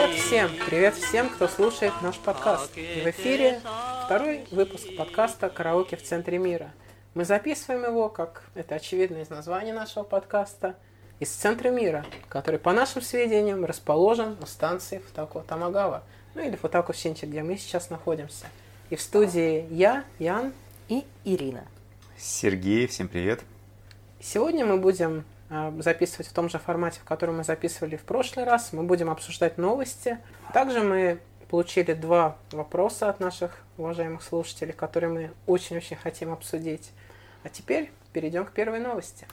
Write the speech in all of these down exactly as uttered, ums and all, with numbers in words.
Привет всем! Привет всем, кто слушает наш подкаст. И в эфире второй выпуск подкаста «Караоке в центре мира». Мы записываем его, как это очевидно из названия нашего подкаста, из центра мира, который, по нашим сведениям, расположен у станции Футако-Тамагава, ну или Футако-Шинчи, где мы сейчас находимся. И в студии я, Ян и Ирина. Сергей, всем привет. Сегодня мы будем записывать в том же формате, в котором мы записывали в прошлый раз. Мы будем обсуждать новости. Также мы получили два вопроса от наших уважаемых слушателей, которые мы очень-очень хотим обсудить. А теперь перейдем к первой новости.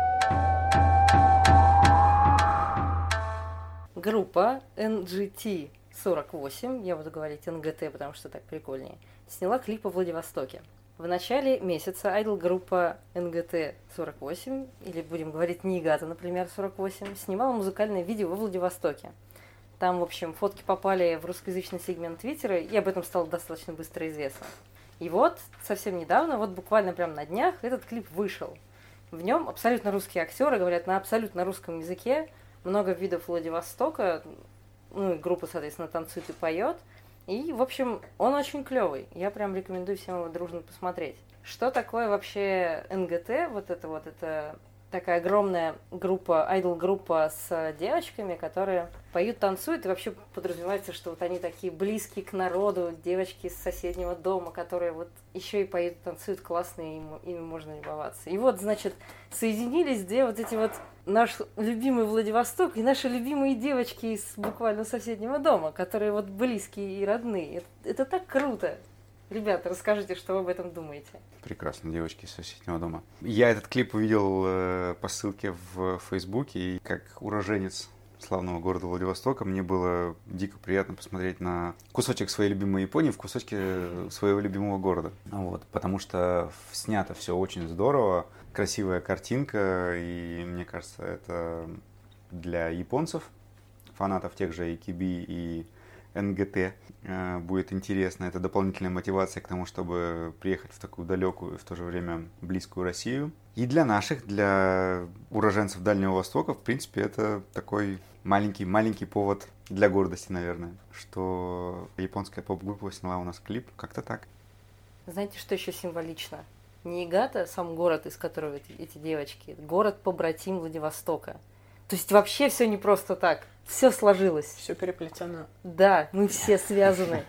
Группа эн джи ти сорок восемь, я буду говорить эн гэ тэ, потому что так прикольнее, сняла клип во Владивостоке. В начале месяца айдол-группа эн гэ тэ сорок восемь, или будем говорить Ниигата, например, сорок восемь, снимала музыкальное видео во Владивостоке. Там, в общем, фотки попали в русскоязычный сегмент Твиттера, и об этом стало достаточно быстро известно. И вот, совсем недавно, вот буквально прямо на днях, этот клип вышел. В нем абсолютно русские актеры говорят на абсолютно русском языке, много видов Владивостока, ну и группа, соответственно, танцует и поет. И, в общем, он очень клевый. Я прям рекомендую всем его дружно посмотреть. Что такое вообще эн гэ тэ? Вот это вот, это такая огромная группа, айдол-группа с девочками, которые поют, танцуют, и вообще подразумевается, что вот они такие близкие к народу, девочки из соседнего дома, которые вот еще и поют, танцуют классно, и ими можно любоваться. И вот, значит, соединились две вот эти вот наш любимый Владивосток и наши любимые девочки из буквально соседнего дома, которые вот близкие и родные. Это, это так круто. Ребята, расскажите, что вы об этом думаете. Прекрасно, девочки из соседнего дома. Я этот клип увидел э, по ссылке в Фейсбуке, и как уроженец славного города Владивостока мне было дико приятно посмотреть на кусочек своей любимой Японии в кусочке своего любимого города. Вот, потому что снято все очень здорово, красивая картинка, и мне кажется, это для японцев, фанатов тех же эй кей би и эн гэ тэ, будет интересно. Это дополнительная мотивация к тому, чтобы приехать в такую далекую и в то же время близкую Россию. И для наших, для уроженцев Дальнего Востока, в принципе, это такой маленький-маленький повод для гордости, наверное, что японская поп-группа сняла у нас клип. Как-то так. Знаете, что еще символично? Ниигата, сам город, из которого эти, эти девочки, город-побратим Владивостока. То есть вообще все не просто так. Все сложилось. Все переплетено. Да, мы все связаны.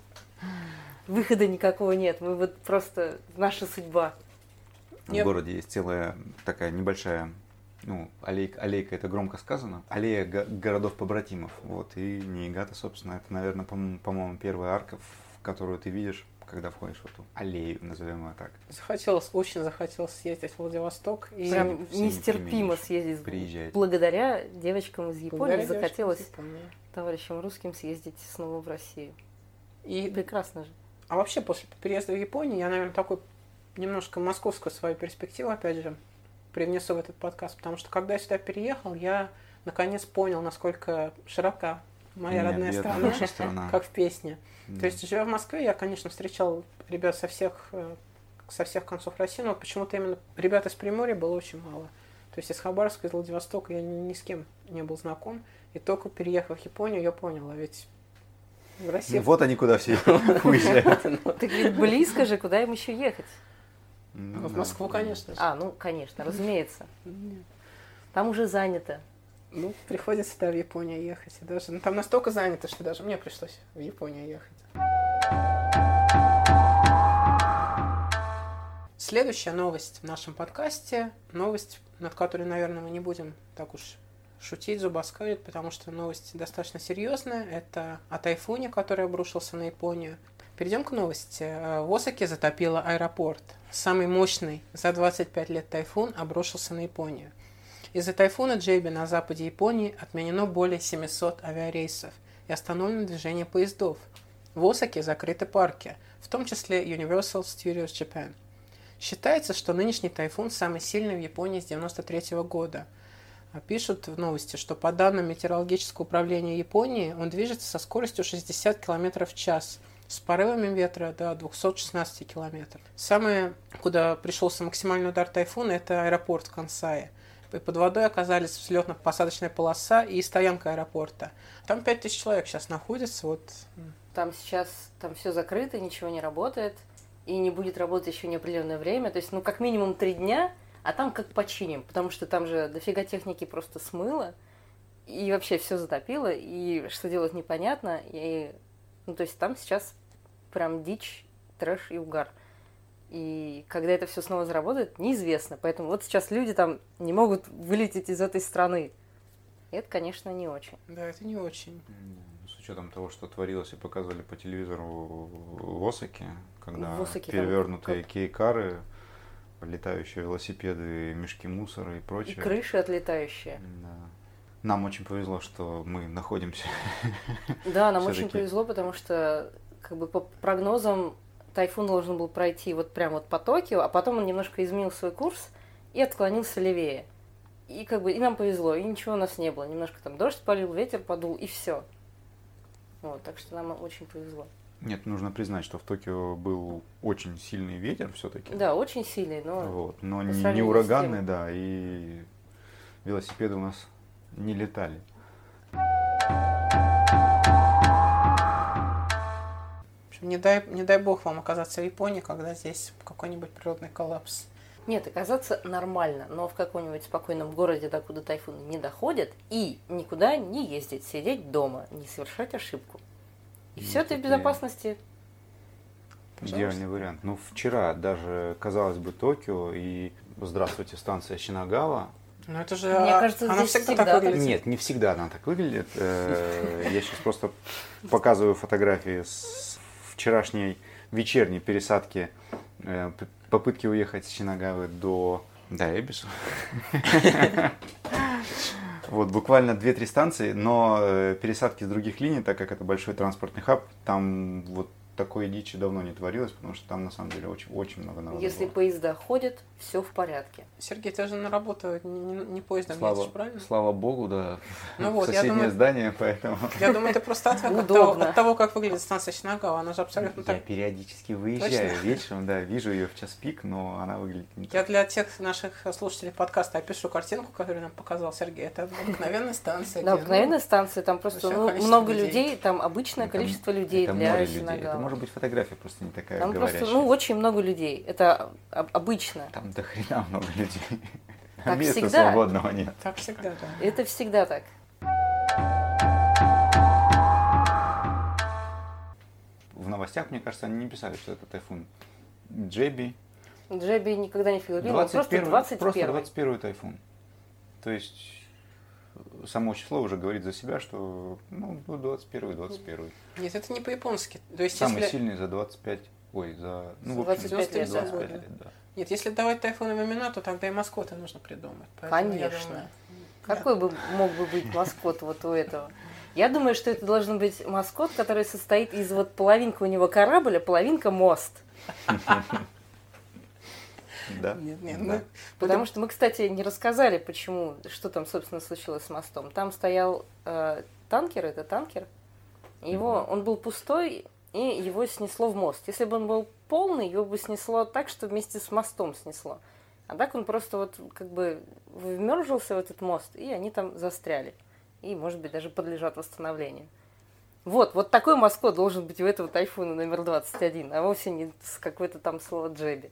Выхода никакого нет. Мы вот просто наша судьба. В Нет. городе есть целая такая небольшая, ну, аллейка, аллейка это громко сказано, аллея го- городов-побратимов. Вот, и Ниигата, собственно, это, наверное, по- по-моему, первая арка, в которую ты видишь, когда входишь в эту аллею, назовем ее так. Захотелось, очень захотелось съездить в Владивосток. И прям нестерпимо съездить. Приезжать. Благодаря девочкам из Японии Благодаря захотелось Японии. товарищам русским съездить снова в Россию. И прекрасно же. А вообще, после переезда в Японию, я, наверное, такой немножко московскую свою перспективу, опять же, привнесу в этот подкаст, потому что, когда я сюда переехал, я, наконец, понял, насколько широка моя Нет, родная страна, страна, как в песне. Да. То есть, живя в Москве, я, конечно, встречал ребят со всех, со всех концов России, но почему-то именно ребят из Приморья было очень мало. То есть, из Хабаровска, из Владивостока я ни с кем не был знаком. И только переехав в Японию, я понял, а ведь в России... Ну, вот они куда все уезжают. Так ведь близко же, куда им еще ехать? В Москву, конечно же. А, ну, конечно, разумеется. Там уже занято. Ну, приходится, да, в Японию ехать. И даже, ну, там настолько занято, что даже мне пришлось в Японию ехать. Следующая новость в нашем подкасте. Новость, над которой, наверное, мы не будем так уж шутить, зубоскалить, потому что новость достаточно серьезная. Это о тайфуне, который обрушился на Японию. Перейдем к новости. В Осаке затопило аэропорт. Самый мощный за двадцать пять лет тайфун обрушился на Японию. Из-за тайфуна Джейби на западе Японии отменено более семисот авиарейсов и остановлено движение поездов. В Осаке закрыты парки, в том числе Universal Studios Japan. Считается, что нынешний тайфун самый сильный в Японии с девяносто третьего года. Пишут в новости, что по данным Метеорологического управления Японии он движется со скоростью шестьдесят километров в час, с порывами ветра до двухсот шестнадцати километров. Самое, куда пришелся максимальный удар тайфуна, это аэропорт в Кансае. и под водой оказались взлетно-посадочная полоса и стоянка аэропорта. Там пять тысяч человек сейчас находится. Вот. Там сейчас там все закрыто, ничего не работает, и не будет работать еще неопределенное время. То есть, ну, как минимум три дня, а там как починим, потому что там же дофига техники просто смыло, и вообще все затопило, и что делать непонятно. И, ну, то есть там сейчас прям дичь, трэш и угар. И когда это все снова заработает, неизвестно. Поэтому вот сейчас люди там не могут вылететь из этой страны. И это, конечно, не очень. Да, это не очень. С учетом того, что творилось и показывали по телевизору в Осаке, когда в Осаке перевернутые там... кейкары, летающие велосипеды, мешки мусора и прочее. И крыши отлетающие. Да. Нам очень повезло, что мы находимся. Да, нам очень повезло, потому что как бы по прогнозам тайфун должен был пройти вот прям вот по Токио, а потом он немножко изменил свой курс и отклонился левее. И как бы и нам повезло, и ничего у нас не было. Немножко там дождь полил, ветер подул, и все. Вот, так что нам очень повезло. Нет, нужно признать, что в Токио был очень сильный ветер все-таки. Да, очень сильный, но... Вот, но не, не ураганный, да, и велосипеды у нас не летали. Не дай, не дай бог вам оказаться в Японии, когда здесь какой-нибудь природный коллапс. Нет, оказаться нормально, но в каком-нибудь спокойном городе, докуда тайфуны не доходят, и никуда не ездить, сидеть дома, не совершать ошибку. И все ты в безопасности. Идеальный вариант. Ну, вчера даже, казалось бы, Токио и, здравствуйте, станция Шинагава. Ну, это же, Мне кажется, она всегда, всегда так выглядит. Нет, не всегда она так выглядит. Я сейчас просто показываю фотографии с вчерашней вечерней пересадки, попытки уехать с Шинагавы до, до Эбису. Вот, буквально две-три станции, но пересадки с других линий, так как это большой транспортный хаб, там вот такой дичи давно не творилось, потому что там на самом деле очень, очень много народу. Если было. поезда ходят, все в порядке. Сергей, ты же на работу не, не поездом слава, едешь, правильно? Слава богу, да. Ну вот, соседнее я думаю, здание, поэтому... Я думаю, это просто ответ от того, от того, как выглядит станция Шинагава. Она же абсолютно Я так... периодически выезжаю Точно? вечером, да, вижу ее в час пик, но она выглядит не так. Я для тех наших слушателей подкаста опишу картинку, которую нам показал Сергей. Это обыкновенная станция. Да, обыкновенная станция, там просто ну, много людей. людей, там обычное это, количество людей это для море Шинагавы. людей. Это может быть фотография просто не такая там говорящая. просто, ну, очень много людей. Это обычно. Там до хрена много людей. Так Места всегда. свободного нет. Так всегда, да. Это всегда так. В новостях, мне кажется, они не писали, что это тайфун Джеби. Джеби никогда не фигурировал, просто двадцать первый. Просто двадцать первый тайфун. То есть само число уже говорит за себя, что ну, двадцать первый, двадцать первый. Нет, это не по-японски. То есть, самый если... сильный за двадцать пять, ой, за ну, двадцать пять лет, двадцать пять лет, да. Нет, если давать тайфуном имена, то тогда и маскоты нужно придумать. Поэтому конечно. Думаю, какой да. бы мог бы быть маскот вот у этого? Я думаю, что это должен быть маскот, который состоит из вот половинка у него корабль, а половинка мост. Да. Нет, нет, да. Потому что мы, кстати, не рассказали, почему, что там, собственно, случилось с мостом. Там стоял э, танкер, это танкер. Его, mm-hmm. он был пустой, и его снесло в мост. Если бы он был полный, его бы снесло так, что вместе с мостом снесло. А так он просто вот как бы вмерзался в этот мост, и они там застряли. И, может быть, даже подлежат восстановлению. Вот, вот такой маскот должен быть у этого тайфуна номер двадцать один, а вовсе не с какой-то там слово Джеби.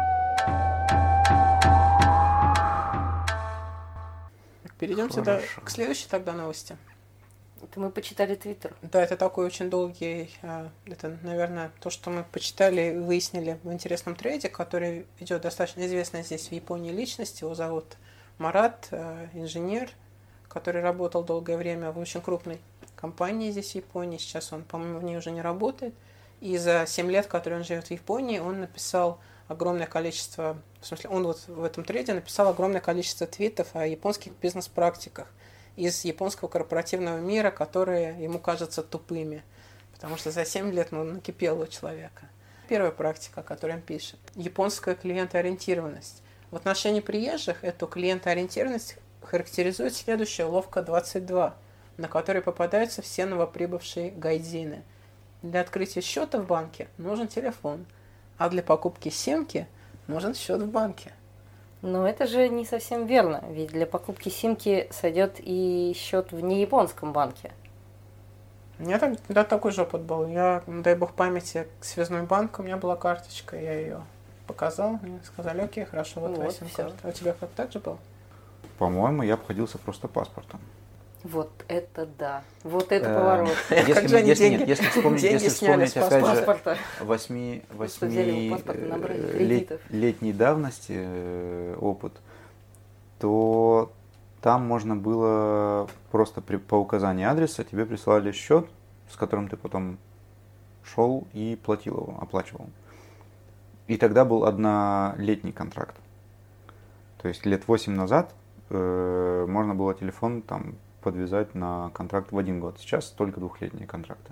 Перейдем сюда к следующей тогда новости. Это мы почитали Твиттер. Да, это такой очень долгий, это, наверное, то, что мы почитали и выяснили в интересном трейде, который ведет достаточно известная здесь в Японии личность. Его зовут Марат, инженер, который работал долгое время в очень крупной компании здесь в Японии. Сейчас он, по-моему, в ней уже не работает. И за семь лет, которые он живет в Японии, он написал огромное количество, в смысле, он вот в этом трейде написал огромное количество твитов о японских бизнес-практиках из японского корпоративного мира, которые ему кажутся тупыми, потому что за семь лет ну, накипело у человека. Первая практика, о которой он пишет. Японская клиентоориентированность. В отношении приезжих эту клиентоориентированность характеризует следующая уловка двадцать два, на которой попадаются все новоприбывшие гайдзины. Для открытия счета в банке нужен телефон, а для покупки симки нужен счет в банке. Но это же не совсем верно, ведь для покупки симки сойдет и счет в неяпонском банке. У меня так, да, такой же опыт был. Я, дай бог памяти, связной банк, у меня была карточка, я ее показал, мне сказали, окей, хорошо, вот, Ну твоя вот, сим-карта. всё. А у тебя как так же было? По-моему, я обходился просто паспортом. Вот это да, вот это Э, поворот. Если, Как же они если деньги- нет, если вспомнить, деньги если сняли вспомнить с опять же Паспорта. восьми, Просто взяли восьми у паспорта, набрали э, кредитов. лет- летней давности э, опыт, то там можно было просто при, по указанию адреса тебе присылали счет, с которым ты потом шел и платил его, оплачивал. И тогда был однолетний контракт. То есть лет восемь назад э, можно было телефон там подвязать на контракт в один год. Сейчас только двухлетние контракты.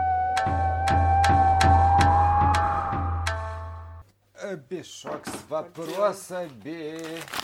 Бешок с вопросами.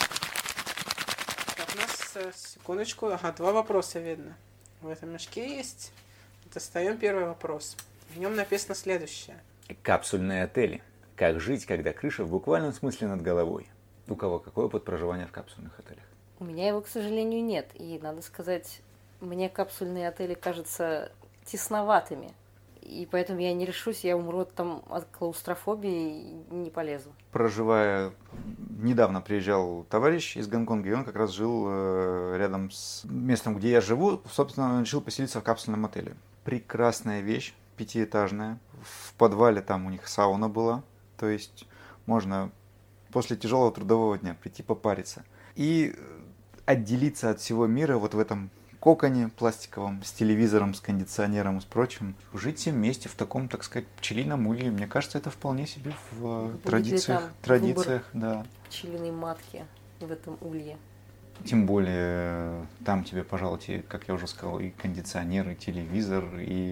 Так, у нас, э, секундочку, ага, два вопроса видно. В этом мешке есть. Достаем первый вопрос. В нем написано следующее. Капсульные отели. Как жить, когда крыша в буквальном смысле над головой? У кого какой опыт проживания в капсульных отелях? У меня его, к сожалению, нет. И, надо сказать, мне капсульные отели кажутся тесноватыми. И поэтому я не решусь, я умру там от клаустрофобии и не полезу. Проживая, недавно приезжал товарищ из Гонконга, и он как раз жил э, рядом с местом, где я живу. Собственно, он решил поселиться в капсульном отеле. Прекрасная вещь, пятиэтажная. В подвале там у них сауна была. То есть можно после тяжелого трудового дня прийти попариться. И отделиться от всего мира вот в этом коконе пластиковом, с телевизором, с кондиционером и с прочим. Жить все вместе в таком, так сказать, пчелином улье. Мне кажется, это вполне себе в Будет традициях, ли там традициях, да. Пчелиной матки в этом улье. Тем более, там тебе, пожалуйте, как я уже сказал, и кондиционер, и телевизор,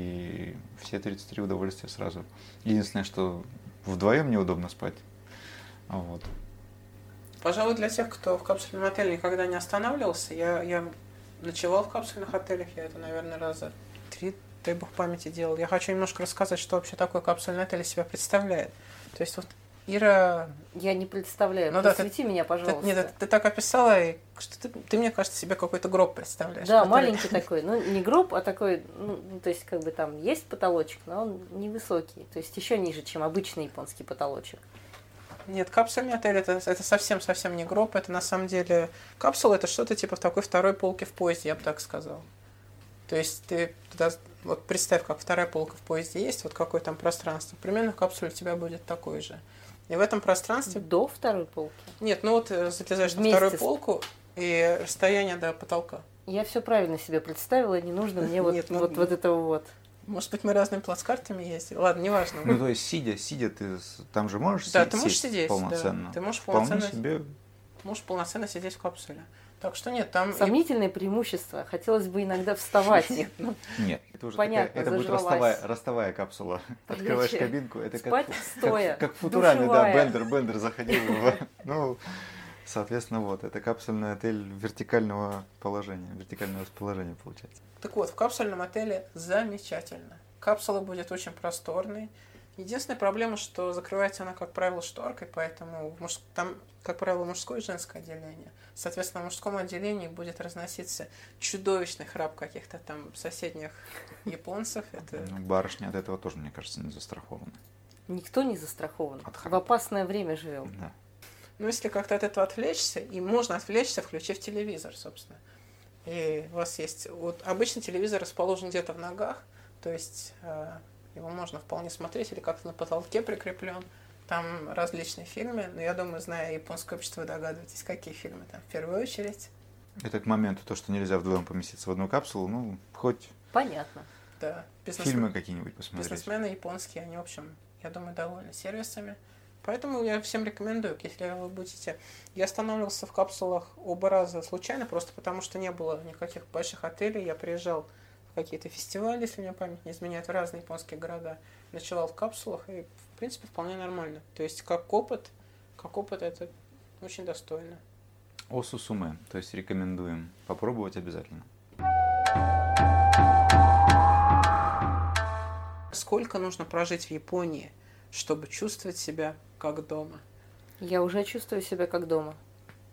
и все тридцать три удовольствия сразу. Единственное, что вдвоем неудобно спать. Вот. Пожалуй, для тех, кто в капсульном отеле никогда не останавливался, я, я ночевал в капсульных отелях, я это, наверное, раза три, дай бог памяти, делал. Я хочу немножко рассказать, что вообще такое капсульный отель из себя представляет. То есть вот Ира... Я не представляю, Ну да, просвети меня, Ты, пожалуйста. нет, ты, ты так описала, и что ты, ты, мне кажется, себе какой-то гроб представляешь. Да, который- маленький такой, ну не гроб, а такой, ну, ну, то есть как бы там есть потолочек, но он невысокий, то есть еще ниже, чем обычный японский потолочек. Нет, капсульный отель это, это совсем-совсем не гроб, это на самом деле... Капсула это что-то типа в такой второй полке в поезде, я бы так сказал. То есть ты туда... Вот представь, как вторая полка в поезде есть, вот какое там пространство. Примерно в капсуле у тебя будет такое же. И в этом пространстве... До второй полки. Нет, ну вот э, залезаешь на Вместе вторую с- полку и расстояние до потолка. Я все правильно себе представила, не нужно мне вот, Нет, ну- вот, вот этого вот. Может быть, мы разными плацкартами ездили. Ладно, неважно. Ну, то есть, сидя, сидя, ты с- там же можешь Да, си- ты можешь сесть сидеть, полноценно. да. Ты можешь Вполне полноценно, себе. можешь полноценно сидеть в капсуле. Так что нет, там... и- Сомнительное преимущество. Хотелось бы иногда вставать. Нет, ну, Нет, это уже Понятно, такая, это будет зажралась. ростовая, ростовая капсула. Открываешь Горячая. кабинку, это как, Спать фу- стоя, как, как в Футураме, да, душевая. Бендер, Бендер заходил в... Ну, соответственно, вот, это капсульный отель вертикального положения, вертикального расположения получается. Так вот, в капсульном отеле замечательно. Капсула будет очень просторной. Единственная проблема, что закрывается она, как правило, шторкой, поэтому в муж... там, как правило, мужское и женское отделение. Соответственно, в мужском отделении будет разноситься чудовищный храп каких-то там соседних японцев. Это... Ну, барышни от этого тоже, мне кажется, не застрахованы. Никто не застрахован. От В храпа. опасное время живем. Да. Ну, если как-то от этого отвлечься, и можно отвлечься, включив телевизор, собственно. И у вас есть... Вот обычно телевизор расположен где-то в ногах, то есть э, его можно вполне смотреть, или как-то на потолке прикреплен. Там различные фильмы, но я думаю, зная японское общество, вы догадываетесь, какие фильмы там в первую очередь. Это к моменту, то, что нельзя вдвоем поместиться в одну капсулу, ну, хоть Понятно. Да, бизнес- фильмы какие-нибудь посмотреть. бизнесмены японские, они, в общем, я думаю, довольны сервисами. Поэтому я всем рекомендую, если вы будете... Я останавливался в капсулах оба раза случайно, просто потому что не было никаких больших отелей. Я приезжал в какие-то фестивали, если мне память не изменяет, в разные японские города. Ночевал в капсулах, и, в принципе, вполне нормально. То есть, как опыт, как опыт, это очень достойно. Осусуме, то есть рекомендуем. Попробовать обязательно. Сколько нужно прожить в Японии, чтобы чувствовать себя как дома? Я уже чувствую себя как дома.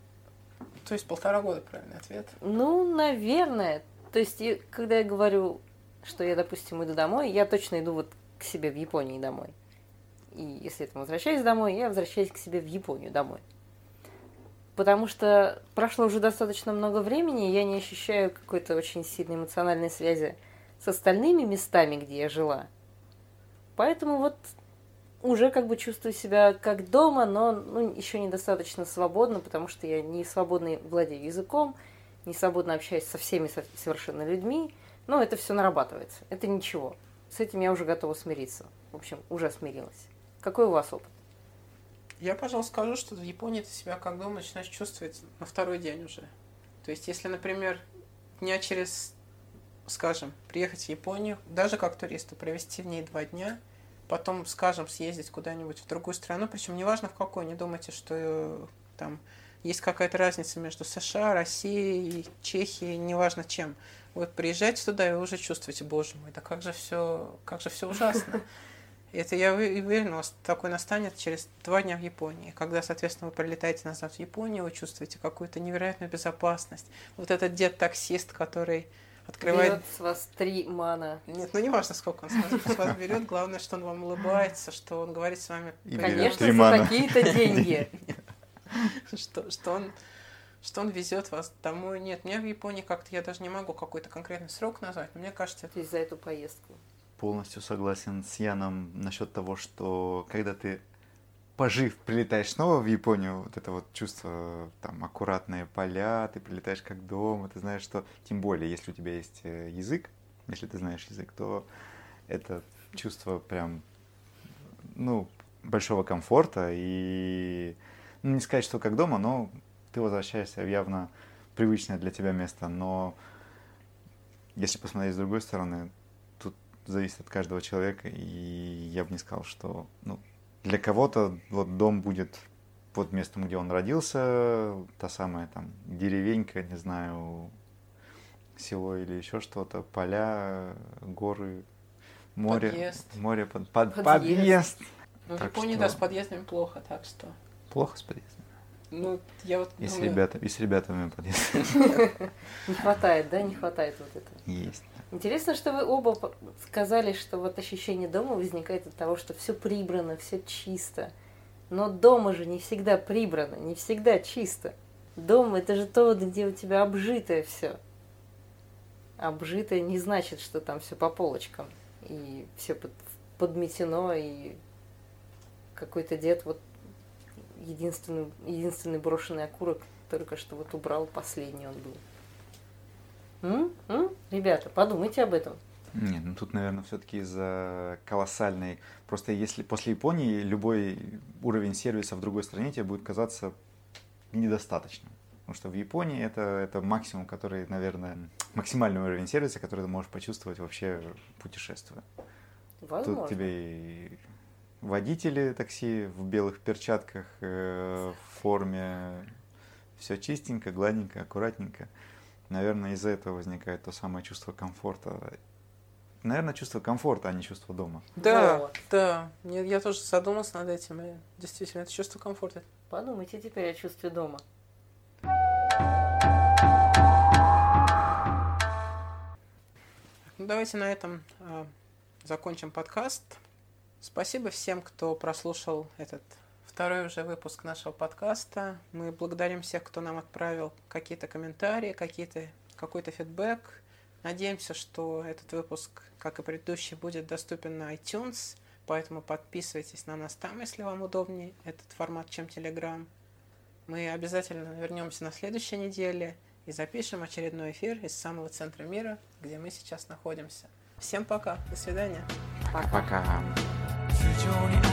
То есть полтора года, правильный ответ? Ну, наверное. То есть, и когда я говорю, что я, допустим, иду домой, я точно иду вот к себе в Японии домой. И если я возвращаюсь домой, я возвращаюсь к себе в Японию домой. Потому что прошло уже достаточно много времени, и я не ощущаю какой-то очень сильной эмоциональной связи с остальными местами, где я жила. Поэтому вот уже как бы чувствую себя как дома, но ну, еще недостаточно свободно, потому что я не свободно владею языком, не свободно общаюсь со всеми совершенно людьми, но это все нарабатывается. Это ничего. С этим я уже готова смириться. В общем, уже смирилась. Какой у вас опыт? Я, пожалуй, скажу, что в Японии ты себя как дома начинаешь чувствовать на второй день уже. То есть, если, например, дня через, скажем, приехать в Японию, даже как туристу, провести в ней два дня, потом, скажем, съездить куда-нибудь в другую страну, причем неважно в какой, не думайте, что там есть какая-то разница между США, Россией, Чехией, неважно чем. Вот приезжайте туда, и вы уже чувствуете, боже мой, да как же все, как же все ужасно. Это я уверена, у вас такой настанет через два дня в Японии. Когда, соответственно, вы прилетаете назад в Японию, вы чувствуете какую-то невероятную безопасность. Вот этот дед-таксист, который открывает... Берет с вас три мана. Нет, ну не важно, сколько он с вас берет. Главное, что он вам улыбается, что он говорит с вами... Конечно, за какие-то деньги. Что, что он... Что он везет вас домой. Нет, меня в Японии как-то я даже не могу какой-то конкретный срок назвать. Но мне кажется, это за эту поездку. Полностью согласен с Яном насчет того, что когда ты, пожив, прилетаешь снова в Японию, вот это вот чувство, там, аккуратные поля, ты прилетаешь как дома, ты знаешь, что, тем более, если у тебя есть язык, если ты знаешь язык, то это чувство прям, ну, большого комфорта и, ну, не сказать, что как дома, но ты возвращаешься в явно привычное для тебя место, но если посмотреть с другой стороны, зависит от каждого человека, и я бы не сказал, что ну, для кого-то вот дом будет вот местом, где он родился, та самая там деревенька, не знаю, село или еще что-то, поля, горы, море, подъезд. море, под, под, подъезд. подъезд. Ну, в Так Японии, что... да, с подъездами плохо, так что... Плохо с подъездом. Ну, я вот И с, думаю... ребята, и с ребятами подъезд. Не хватает, да, не хватает вот этого. Есть. Интересно, что вы оба сказали, что вот ощущение дома возникает от того, что все прибрано, все чисто. Но дома же не всегда прибрано, не всегда чисто. Дом — это же то, где у тебя обжитое все. Обжитое не значит, что там все по полочкам. И все под, подметено, и какой-то дед вот единственный, единственный брошенный окурок только что вот убрал, последний он был. М? М? Ребята, подумайте об этом. Нет, ну тут, наверное, все-таки из-за колоссальной... Просто если после Японии любой уровень сервиса в другой стране тебе будет казаться недостаточным. Потому что в Японии это, это максимум, который, наверное, максимальный уровень сервиса, который ты можешь почувствовать вообще путешествуя. Возможно. Тут тебе и водители такси в белых перчатках, э, в форме, все чистенько, гладненько, аккуратненько. Наверное, из-за этого возникает то самое чувство комфорта. Наверное, чувство комфорта, а не чувство дома. Да, Вот. да. Я, я тоже задумался над этим. И действительно, это чувство комфорта. Подумайте теперь о чувстве дома. Ну, давайте на этом э, закончим подкаст. Спасибо всем, кто прослушал этот второй уже выпуск нашего подкаста. Мы благодарим всех, кто нам отправил какие-то комментарии, какие-то, какой-то фидбэк. Надеемся, что этот выпуск, как и предыдущий, будет доступен на iTunes, поэтому подписывайтесь на нас там, если вам удобнее этот формат, чем Telegram. Мы обязательно вернемся на следующей неделе и запишем очередной эфир из самого центра мира, где мы сейчас находимся. Всем пока, до свидания. Пока. Пока.